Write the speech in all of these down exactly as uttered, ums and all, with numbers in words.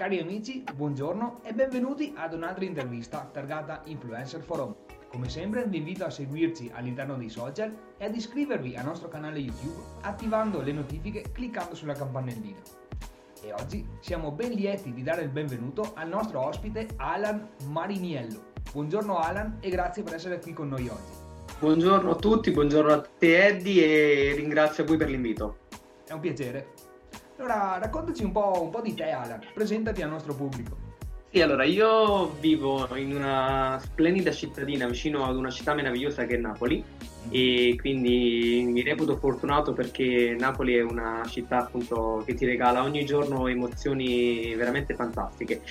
Cari amici, buongiorno e benvenuti ad un'altra intervista targata Influencer Forum. Come sempre vi invito a seguirci all'interno dei social e ad iscrivervi al nostro canale YouTube attivando le notifiche cliccando sulla campanellina. E oggi siamo ben lieti di dare il benvenuto al nostro ospite Alan Mariniello. Buongiorno Alan e grazie per essere qui con noi oggi. Buongiorno a tutti, buongiorno a te Eddie e ringrazio a voi per l'invito. È un piacere. Allora, raccontaci un po', un po' di te, Alan. Presentati al nostro pubblico. Sì, allora, io vivo in una splendida cittadina vicino ad una città meravigliosa che è Napoli e quindi mi reputo fortunato perché Napoli è una città appunto che ti regala ogni giorno emozioni veramente fantastiche.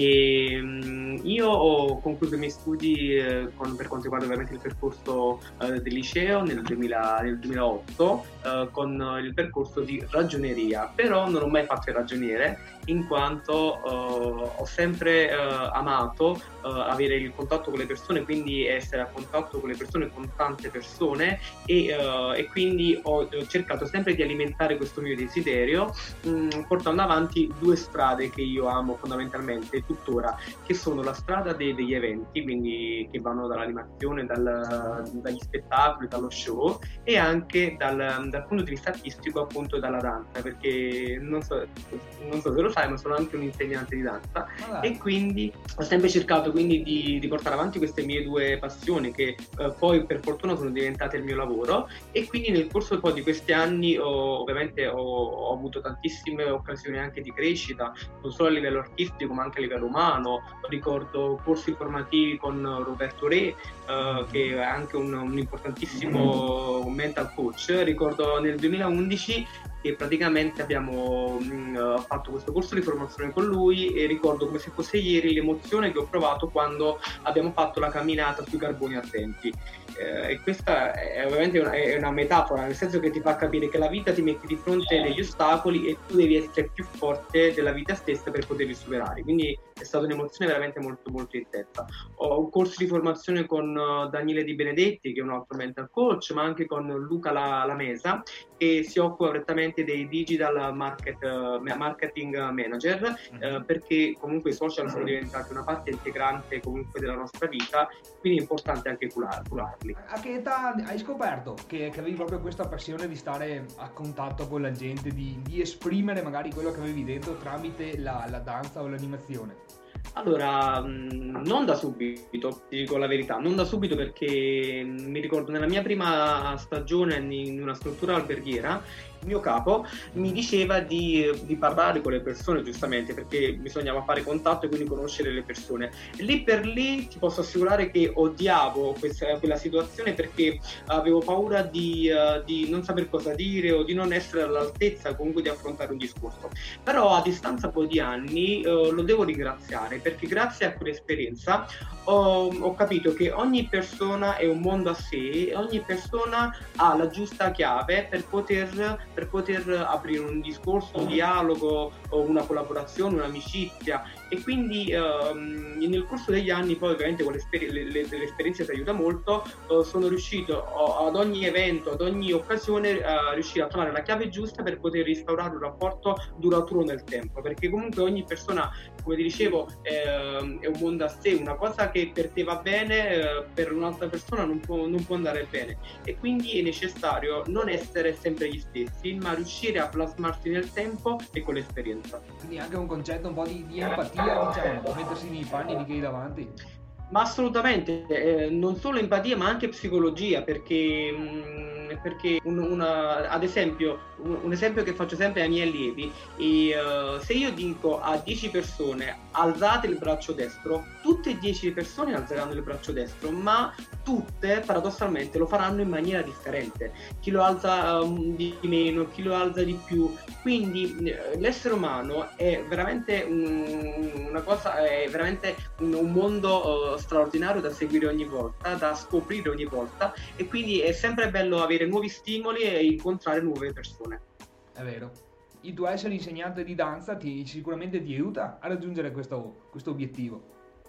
E um, io ho concluso i miei studi eh, con, per quanto riguarda ovviamente il percorso eh, del liceo nel, duemila, nel duemilaotto eh, con il percorso di ragioneria, però non ho mai fatto il ragioniere in quanto eh, ho sempre eh, amato eh, avere il contatto con le persone, quindi essere a contatto con le persone, con tante persone e, uh, e quindi ho cercato sempre di alimentare questo mio desiderio mh, portando avanti due strade che io amo fondamentalmente tuttora, che sono la strada dei, degli eventi, quindi che vanno dall'animazione, dal, dagli spettacoli, dallo show e anche dal, dal punto di vista artistico appunto dalla danza, perché non so, non so se lo sai ma sono anche un insegnante di danza ah, e quindi ho sempre cercato quindi di, di portare avanti queste mie due passioni che eh, poi per fortuna sono diventate il mio lavoro e quindi nel corso poi di questi anni ho, ovviamente ho, ho avuto tantissime occasioni anche di crescita, non solo a livello artistico ma anche a livello umano. Ricordo corsi formativi con Roberto Re eh, che è anche un, un importantissimo mental coach. Ricordo nel duemilaundici che praticamente abbiamo mh, fatto questo corso di formazione con lui e ricordo come se fosse ieri l'emozione che ho provato quando abbiamo fatto la camminata sui carboni ardenti. Eh, e questa è ovviamente una, è una metafora, nel senso che ti fa capire che la vita ti mette di fronte degli ostacoli e tu devi essere più forte della vita stessa per poterli superare, quindi è stata un'emozione veramente molto molto intensa. Ho un corso di formazione con uh, Daniele Di Benedetti che è un altro mental coach, ma anche con Luca La, Lamesa che si occupa prettamente dei digital market, uh, marketing manager uh, perché comunque i social sono diventati una parte integrante comunque della nostra vita, quindi è importante anche curarli. A che età hai scoperto che, che avevi proprio questa passione di stare a contatto con la gente, di, di esprimere magari quello che avevi dentro tramite la, la danza o l'animazione? Allora, non da subito, ti dico la verità, non da subito perché mi ricordo nella mia prima stagione in una struttura alberghiera il mio capo mi diceva di, di parlare con le persone, giustamente, perché bisognava fare contatto e quindi conoscere le persone. Lì per lì ti posso assicurare che odiavo questa, quella situazione perché avevo paura di, uh, di non saper cosa dire o di non essere all'altezza comunque di affrontare un discorso. Però a distanza poi di anni uh, lo devo ringraziare perché grazie a quell'esperienza ho, ho capito che ogni persona è un mondo a sé e ogni persona ha la giusta chiave per poter per poter aprire un discorso, un dialogo o una collaborazione, un'amicizia e quindi ehm, nel corso degli anni poi ovviamente con l'esper- le, le, l'esperienza ti aiuta molto, eh, sono riuscito ad ogni evento, ad ogni occasione a riuscire a trovare la chiave giusta per poter instaurare un rapporto duraturo nel tempo, perché comunque ogni persona, come ti dicevo, eh, è un mondo a sé, una cosa che per te va bene eh, per un'altra persona non può, non può andare bene e quindi è necessario non essere sempre gli stessi ma riuscire a plasmarsi nel tempo e con l'esperienza. Quindi anche un concetto un po' di, di empatia, diciamo, mettersi nei panni di chi hai davanti. Ma assolutamente, eh, non solo empatia ma anche psicologia, perché, mh, perché un, una, ad esempio, un, un esempio che faccio sempre ai miei allievi, e, uh, se io dico a dieci persone alzate il braccio destro, tutte e dieci persone alzeranno il braccio destro, ma tutte paradossalmente lo faranno in maniera differente, chi lo alza um, di meno, chi lo alza di più, quindi eh, l'essere umano è veramente un, una cosa, è veramente un, un mondo uh, straordinario da seguire ogni volta, da scoprire ogni volta e quindi è sempre bello avere nuovi stimoli e incontrare nuove persone. È vero. Il tuo essere insegnante di danza ti, sicuramente ti aiuta a raggiungere questo, questo obiettivo.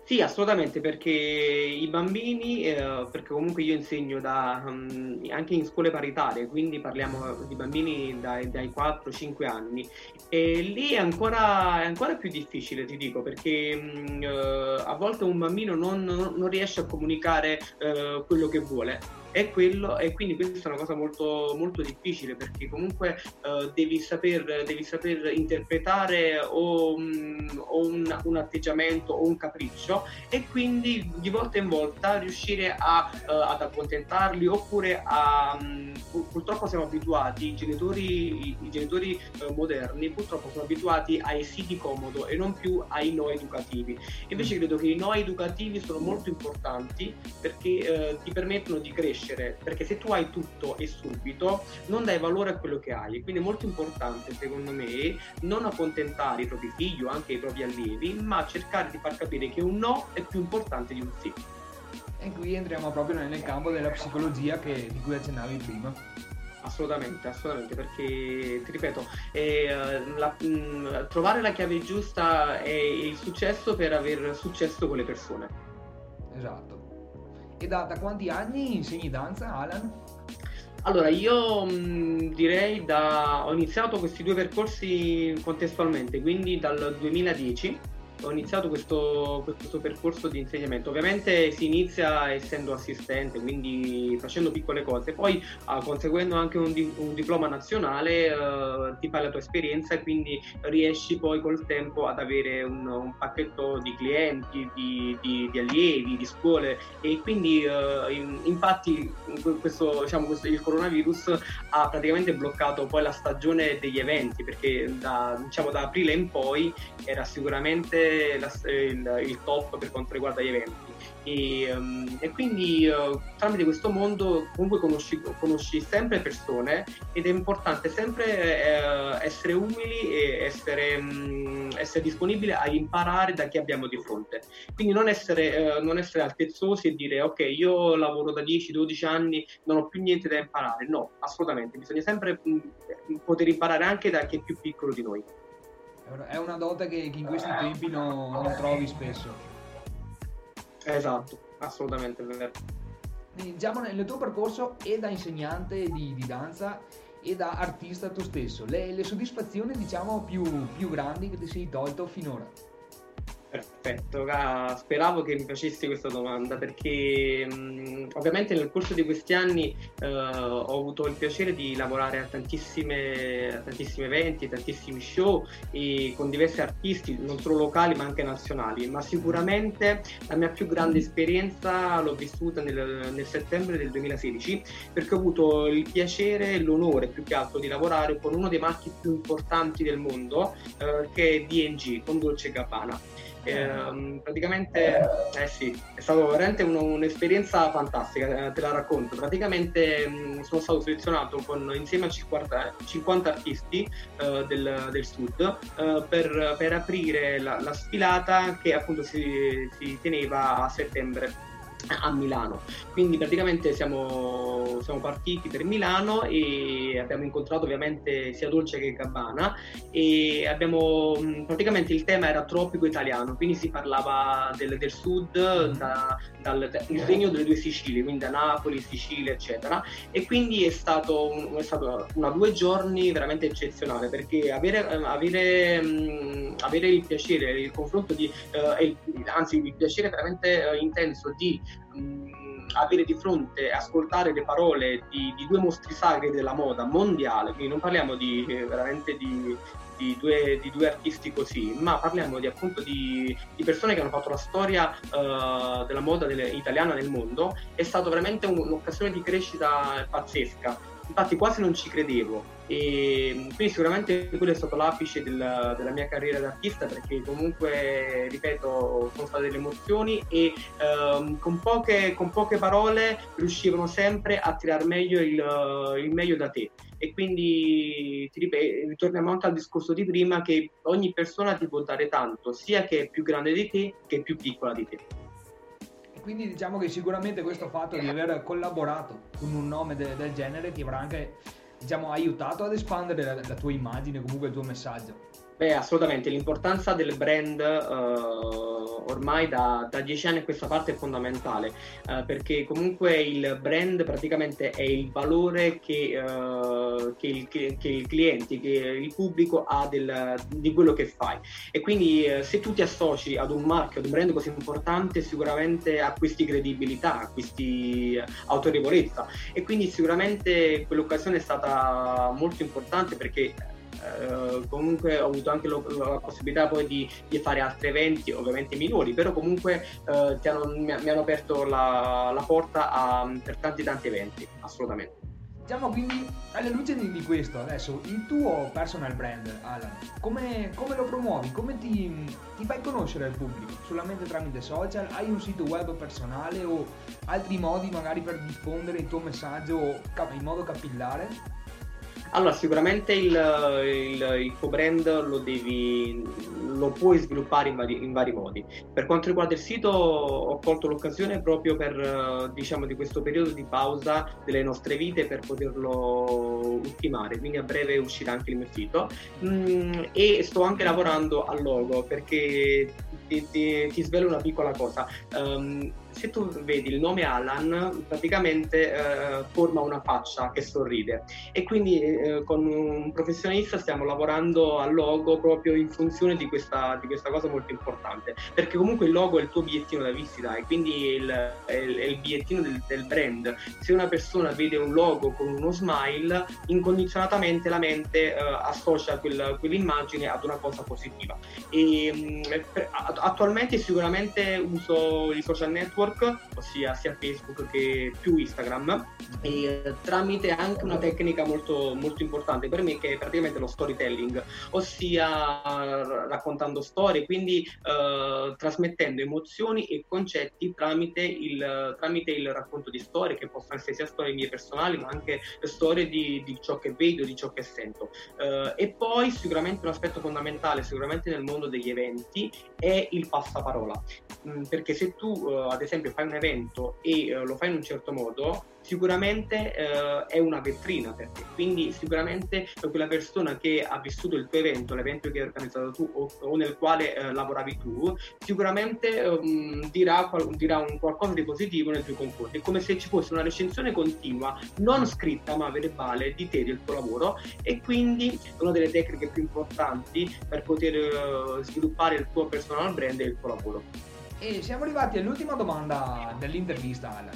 Sì, assolutamente, perché i bambini, eh, perché comunque io insegno da, um, anche in scuole paritarie, quindi parliamo di bambini dai, dai quattro cinque anni, e lì è ancora, è ancora più difficile, ti dico, perché um, eh, a volte un bambino non, non- non riesce a comunicare eh, quello che vuole. E, quello, e quindi questa è una cosa molto, molto difficile, perché comunque eh, devi saper, devi saper interpretare o, mm, o un, un atteggiamento o un capriccio, e quindi di volta in volta riuscire a, uh, ad accontentarli, oppure a um, purtroppo siamo abituati, i genitori, i, i genitori uh, moderni purtroppo sono abituati ai sì di comodo e non più ai no educativi. Invece credo che i no educativi sono molto importanti, perché uh, ti permettono di crescere, perché se tu hai tutto e subito non dai valore a quello che hai, quindi è molto importante secondo me non accontentare i propri figli o anche i propri allievi, ma cercare di far capire che un no è più importante di un sì. E qui entriamo proprio nel campo della psicologia che, di cui accennavi prima. Assolutamente, assolutamente, perché ti ripeto, è, la, mh, trovare la chiave giusta è il successo per aver successo con le persone. Esatto. E da, da quanti anni insegni danza, Alan? Allora, io mh, direi da... ho iniziato questi due percorsi contestualmente, quindi dal duemiladieci ho iniziato questo, questo percorso di insegnamento. Ovviamente si inizia essendo assistente, quindi facendo piccole cose, poi uh, conseguendo anche un, di, un diploma nazionale uh, ti fai la tua esperienza, e quindi riesci poi col tempo ad avere un, un pacchetto di clienti, di, di, di allievi, di scuole, e quindi uh, in, infatti questo, diciamo, questo, il coronavirus ha praticamente bloccato poi la stagione degli eventi, perché da, diciamo, da aprile in poi era sicuramente la, il, il top per quanto riguarda gli eventi, e, um, e quindi uh, tramite questo mondo comunque conosci, conosci sempre persone, ed è importante sempre uh, essere umili e essere, um, essere disponibili a imparare da chi abbiamo di fronte, quindi non essere, uh, non essere altezzosi e dire ok, io lavoro da dieci dodici anni, non ho più niente da imparare. No, assolutamente, bisogna sempre um, poter imparare anche da chi è più piccolo di noi. È una dote che, che in questi tempi no, non trovi spesso. Esatto, assolutamente vero. Diciamo, nel tuo percorso e da insegnante di, di danza e da artista tu stesso, le, le soddisfazioni diciamo più, più grandi che ti sei tolto finora? Perfetto, ah, speravo che mi facessi questa domanda, perché mh, ovviamente nel corso di questi anni eh, ho avuto il piacere di lavorare a tantissime, a tantissimi eventi, tantissimi show, e con diversi artisti, non solo locali ma anche nazionali, ma sicuramente la mia più grande esperienza l'ho vissuta nel, nel settembre del duemilasedici, perché ho avuto il piacere e l'onore più che altro di lavorare con uno dei marchi più importanti del mondo, eh, che è D and G, con Dolce and Gabbana. Eh, praticamente eh sì, è stata veramente un, un'esperienza fantastica, te la racconto. Praticamente mh, sono stato selezionato con, insieme a cinquanta, cinquanta artisti eh, del, del sud eh, per, per aprire la, la sfilata che appunto si, si teneva a settembre a Milano. Quindi praticamente siamo, siamo partiti per Milano e abbiamo incontrato ovviamente sia Dolce che Gabbana, e abbiamo praticamente il tema era tropico italiano, quindi si parlava del, del sud, da, dal da, il regno delle due Sicilie, quindi da Napoli, Sicilia eccetera, e quindi è stato, un, è stato una due giorni veramente eccezionale, perché avere, avere, mh, avere il piacere, il confronto di eh, il, anzi il piacere veramente eh, intenso di avere di fronte, ascoltare le parole di, di due mostri sacri della moda mondiale, quindi non parliamo di eh, veramente di, di, due, di due artisti così, ma parliamo di appunto di, di persone che hanno fatto la storia uh, della moda delle, italiana nel mondo. È stata veramente un, un'occasione di crescita pazzesca. Infatti quasi non ci credevo, e quindi sicuramente quello è stato l'apice del, della mia carriera d'artista, perché comunque, ripeto, sono state delle emozioni, e ehm, con, poche, con poche parole riuscivano sempre a tirar meglio il, il meglio da te. E quindi ti ripeto, ritorniamo anche al discorso di prima, che ogni persona ti può dare tanto, sia che è più grande di te che è più piccola di te. Quindi diciamo che sicuramente questo fatto di aver collaborato con un nome de- del genere ti avrà anche, diciamo, aiutato ad espandere la, la tua immagine, comunque il tuo messaggio. Beh, assolutamente, l'importanza del brand uh, ormai da, da dieci anni a questa parte è fondamentale, uh, perché comunque il brand praticamente è il valore che, uh, che, il, che, che il cliente, che il pubblico ha del, di quello che fai, e quindi uh, se tu ti associ ad un marchio, ad un brand così importante, sicuramente acquisti credibilità, acquisti autorevolezza, e quindi sicuramente quell'occasione è stata molto importante, perché Uh, comunque ho avuto anche lo, la possibilità poi di, di fare altri eventi, ovviamente minori, però comunque uh, ti hanno, mi, mi hanno aperto la, la porta a, per tanti tanti eventi, assolutamente. Diciamo, quindi alla luce di, di questo, adesso il tuo personal brand, Alan, come, come lo promuovi? Come ti, ti fai conoscere al pubblico? Solamente tramite social? Hai un sito web personale o altri modi magari per diffondere il tuo messaggio in modo capillare? Allora, sicuramente il, il, il tuo brand lo devi, lo puoi sviluppare in vari, in vari modi. Per quanto riguarda il sito, ho colto l'occasione proprio per, diciamo, di questo periodo di pausa delle nostre vite per poterlo ultimare, quindi a breve uscirà anche il mio sito, mm, e sto anche lavorando al logo, perché ti, ti, ti svelo una piccola cosa. Um, se tu vedi il nome Alan, praticamente eh, forma una faccia che sorride, e quindi eh, con un professionista stiamo lavorando al logo proprio in funzione di questa, di questa cosa molto importante, perché comunque il logo è il tuo bigliettino da visita, e quindi il, è il, è il bigliettino del, del brand. Se una persona vede un logo con uno smile, incondizionatamente la mente eh, associa quel, quell'immagine ad una cosa positiva. E, mh, per, attualmente sicuramente uso i social network, ossia sia Facebook che più Instagram, e tramite anche una tecnica molto, molto importante per me, che è praticamente lo storytelling, ossia raccontando storie, quindi eh, trasmettendo emozioni e concetti tramite il, tramite il racconto di storie, che possono essere sia storie mie personali ma anche storie di, di ciò che vedo, di ciò che sento. Eh, e poi sicuramente un aspetto fondamentale, sicuramente nel mondo degli eventi, è il passaparola, mm, perché se tu eh, ad esempio fai un evento e eh, lo fai in un certo modo, sicuramente eh, è una vetrina per te, quindi sicuramente per quella persona che ha vissuto il tuo evento, l'evento che hai organizzato tu o, o nel quale eh, lavoravi tu, sicuramente um, dirà, dirà un qualcosa di positivo nei tuoi confronti. È come se ci fosse una recensione continua, non scritta ma verbale, di te, del tuo lavoro, e quindi una delle tecniche più importanti per poter uh, sviluppare il tuo personal brand e il tuo lavoro. E siamo arrivati all'ultima domanda dell'intervista, Alan.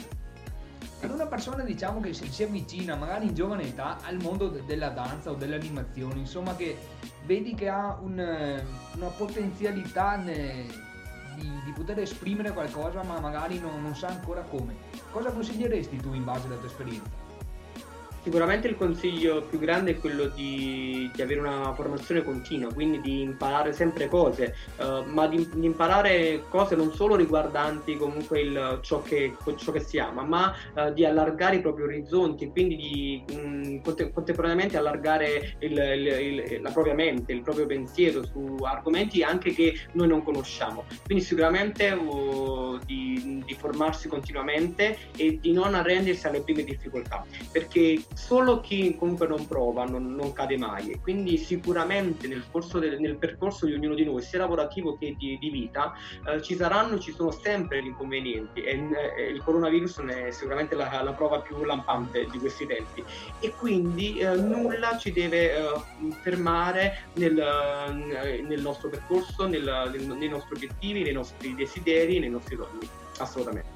Ad una persona, diciamo, che si avvicina magari in giovane età al mondo de- della danza o dell'animazione, insomma, che vedi che ha un, una potenzialità ne, di, di poter esprimere qualcosa, ma magari non, non sa ancora come, cosa consiglieresti tu in base alla tua esperienza? Sicuramente il consiglio più grande è quello di, di avere una formazione continua, quindi di imparare sempre cose, uh, ma di, di imparare cose non solo riguardanti comunque il, ciò, che, ciò che si ama, ma uh, di allargare i propri orizzonti, e quindi di mh, cont- contemporaneamente allargare il, il, il, la propria mente, il proprio pensiero su argomenti anche che noi non conosciamo. Quindi sicuramente uh, di, di formarsi continuamente e di non arrendersi alle prime difficoltà, perché solo chi comunque non prova non, non cade mai, e quindi sicuramente nel, corso del, nel percorso di ognuno di noi, sia lavorativo che di, di vita, eh, ci saranno, ci sono sempre gli inconvenienti, e eh, il coronavirus è sicuramente la, la prova più lampante di questi tempi, e quindi eh, nulla ci deve eh, fermare nel, eh, nel nostro percorso, nel, nel, nei nostri obiettivi, nei nostri desideri, nei nostri sogni, assolutamente.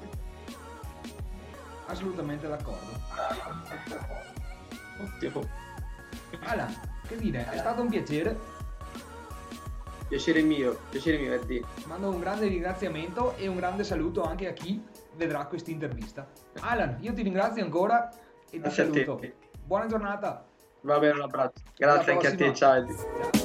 Assolutamente d'accordo. Ottimo. Alan, che dire, è stato un piacere. Piacere mio, piacere mio, Verdi. Mando un grande ringraziamento e un grande saluto anche a chi vedrà questa intervista. Alan, io ti ringrazio ancora e ti Grazie a saluto. te. Buona giornata. Va bene, un abbraccio. Grazie anche a te, ciao. Ciao.